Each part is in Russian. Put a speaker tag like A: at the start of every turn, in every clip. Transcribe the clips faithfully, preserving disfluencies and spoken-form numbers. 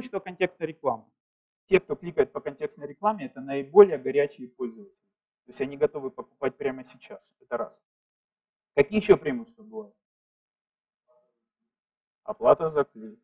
A: преимущество контекстной рекламы. Те, кто кликает по контекстной рекламе, это наиболее горячие пользователи. То есть они готовы покупать прямо сейчас. Это раз. Какие еще преимущества бывают? Оплата за клик.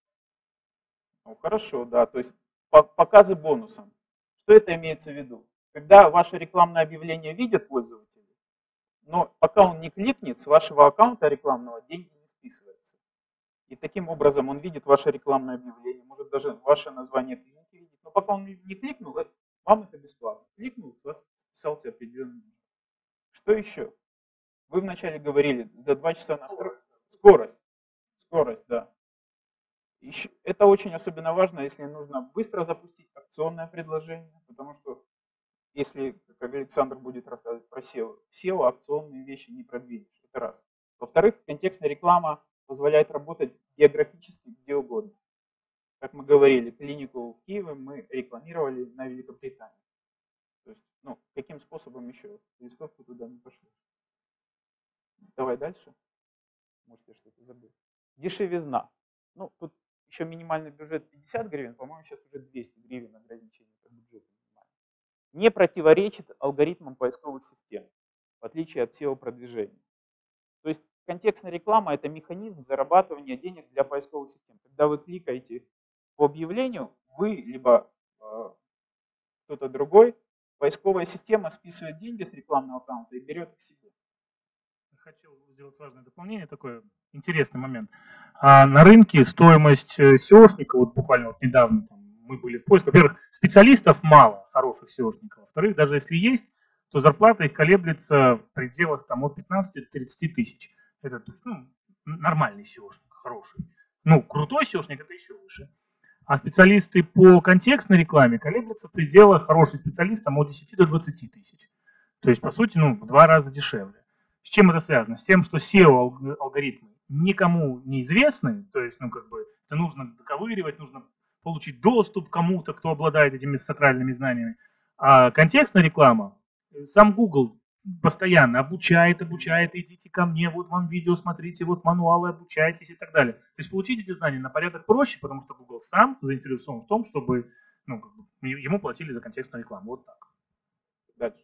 A: Ну хорошо, да. То есть показы бонусом. Что это имеется в виду? Когда ваше рекламное объявление видят пользователи, но пока он не кликнет, с вашего аккаунта рекламного деньги не списываются. И таким образом он видит ваше рекламное объявление, может даже ваше название клиники видеть. Но пока он не кликнул, вам это бесплатно. Кликнул, у вас списался определенный. Что еще? Вы вначале говорили, за два часа настрой... Скорость. Скорость, да. Еще... Это очень особенно важно, если нужно быстро запустить акционное предложение, потому что если, как Александр будет рассказывать про сео, сео акционные вещи не продвинешь. Это раз. Во-вторых, контекстная реклама позволяет работать географически где угодно. Как мы говорили, клинику в Киеве мы рекламировали на Великобритании. То есть, ну, каким способом еще? Листовку туда не пошли. Давай дальше. Может, я что-то забыл. Дешевизна. Ну, тут еще минимальный бюджет пятьдесят гривен, по-моему, сейчас уже двести гривен ограничения по бюджету. Не противоречит алгоритмам поисковых систем, в отличие от сео-продвижения. То есть контекстная реклама – это механизм зарабатывания денег для поисковых систем. Когда вы кликаете по объявлению, вы либо э, кто-то другой, поисковая система списывает деньги с рекламного аккаунта и берет их себе.
B: Хотел сделать важное дополнение, такой интересный момент. А на рынке стоимость сеошника, вот буквально вот недавно там, мы были в поиске, во-первых, специалистов мало, хороших сеошников, во-вторых, даже если есть, то зарплата их колеблется в пределах там, от пятнадцати до тридцати тысяч. Это ну, нормальный сеошник, хороший. Ну, крутой сеошник это еще выше. А специалисты по контекстной рекламе колеблются в пределах, хороший специалист, там, от десяти до двадцати тысяч. То есть, по сути, ну, в два раза дешевле. С чем это связано? С тем, что сео-алгоритмы никому не известны, то есть, ну, как бы, это нужно доковыривать, нужно получить доступ к кому-то, кто обладает этими сакральными знаниями. А контекстная реклама, сам Google постоянно обучает, обучает, идите ко мне, вот вам видео, смотрите, вот мануалы, обучайтесь и так далее. То есть получить эти знания на порядок проще, потому что Google сам заинтересован в том, чтобы ну, как бы, ему платили за контекстную рекламу. Вот так.
A: Дальше.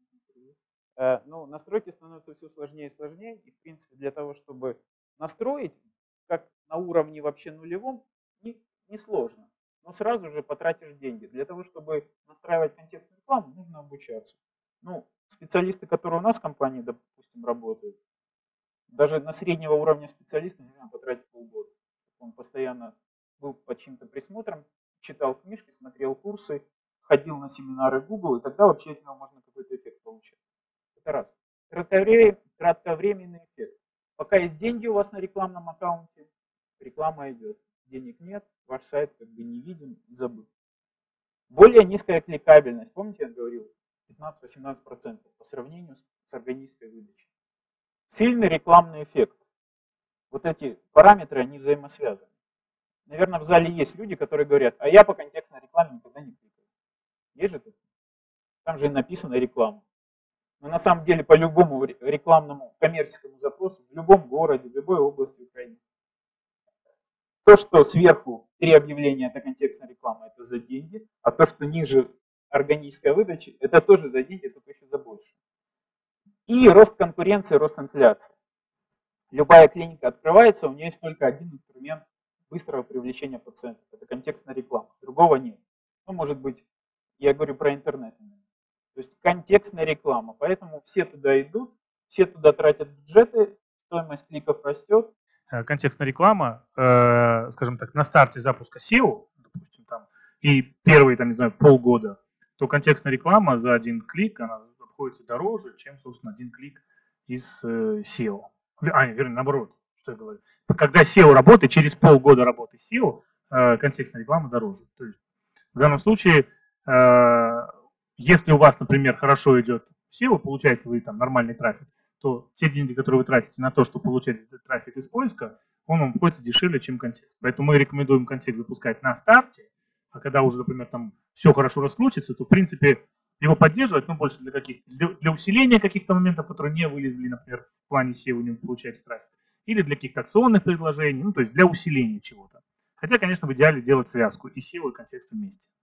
A: Ну, настройки становятся все сложнее и сложнее. И, в принципе, для того, чтобы настроить, как на уровне вообще нулевом, не, не сложно. Но сразу же потратишь деньги. Для того, чтобы настраивать контекстную рекламу, нужно обучаться. Ну, специалисты, которые у нас в компании, допустим, работают, даже на среднего уровня специалиста нужно потратить полгода. Он постоянно был под чьим-то присмотром, читал книжки, смотрел курсы, ходил на семинары Google, и тогда вообще от него можно какой-то эффект получать. Это раз. Кратковременный эффект. Пока есть деньги у вас на рекламном аккаунте, реклама идет. Денег нет, ваш сайт как бы не виден и забыт. Более низкая кликабельность. Помните, я говорил, пятнадцать-восемнадцать процентов по сравнению с органической выдачей. Сильный рекламный эффект. Вот эти параметры, они взаимосвязаны. Наверное, в зале есть люди, которые говорят, а я по контекстной рекламе никогда не кликаю. Есть же это? Там же и написано реклама. Но на самом деле по любому рекламному коммерческому запросу, в любом городе, в любой области Украины, то, что сверху три объявления, это контекстная реклама, это за деньги, а то, что ниже органической выдачи, это тоже за деньги, только еще за больше. И рост конкуренции, рост инфляции. Любая клиника открывается, у нее есть только один инструмент быстрого привлечения пациентов. Это контекстная реклама. Другого нет. Ну, может быть, я говорю про интернет. То есть контекстная реклама. Поэтому все туда идут, все туда тратят бюджеты, стоимость кликов растет.
B: Контекстная реклама, э, скажем так, на старте запуска сео, допустим, там, и первые, там, не знаю, полгода, то контекстная реклама за один клик, она обходится дороже, чем, собственно, один клик из э, сео. А, вернее, наоборот, что я говорю. Когда сео работает, через полгода работы сео, э, контекстная реклама дороже. То есть в данном случае, э, если у вас, например, хорошо идет сео, получаете вы там нормальный трафик, то те деньги, которые вы тратите на то, чтобы получать этот трафик из поиска, он вам обходится дешевле, чем контекст. Поэтому мы рекомендуем контекст запускать на старте, а когда уже, например, там все хорошо раскрутится, то, в принципе, его поддерживать, ну, больше для каких для, для усиления каких-то моментов, которые не вылезли, например, в плане сео, не получаете трафик, или для каких-то акционных предложений, ну, то есть для усиления чего-то. Хотя, конечно, в идеале делать связку и сео, и контекст вместе.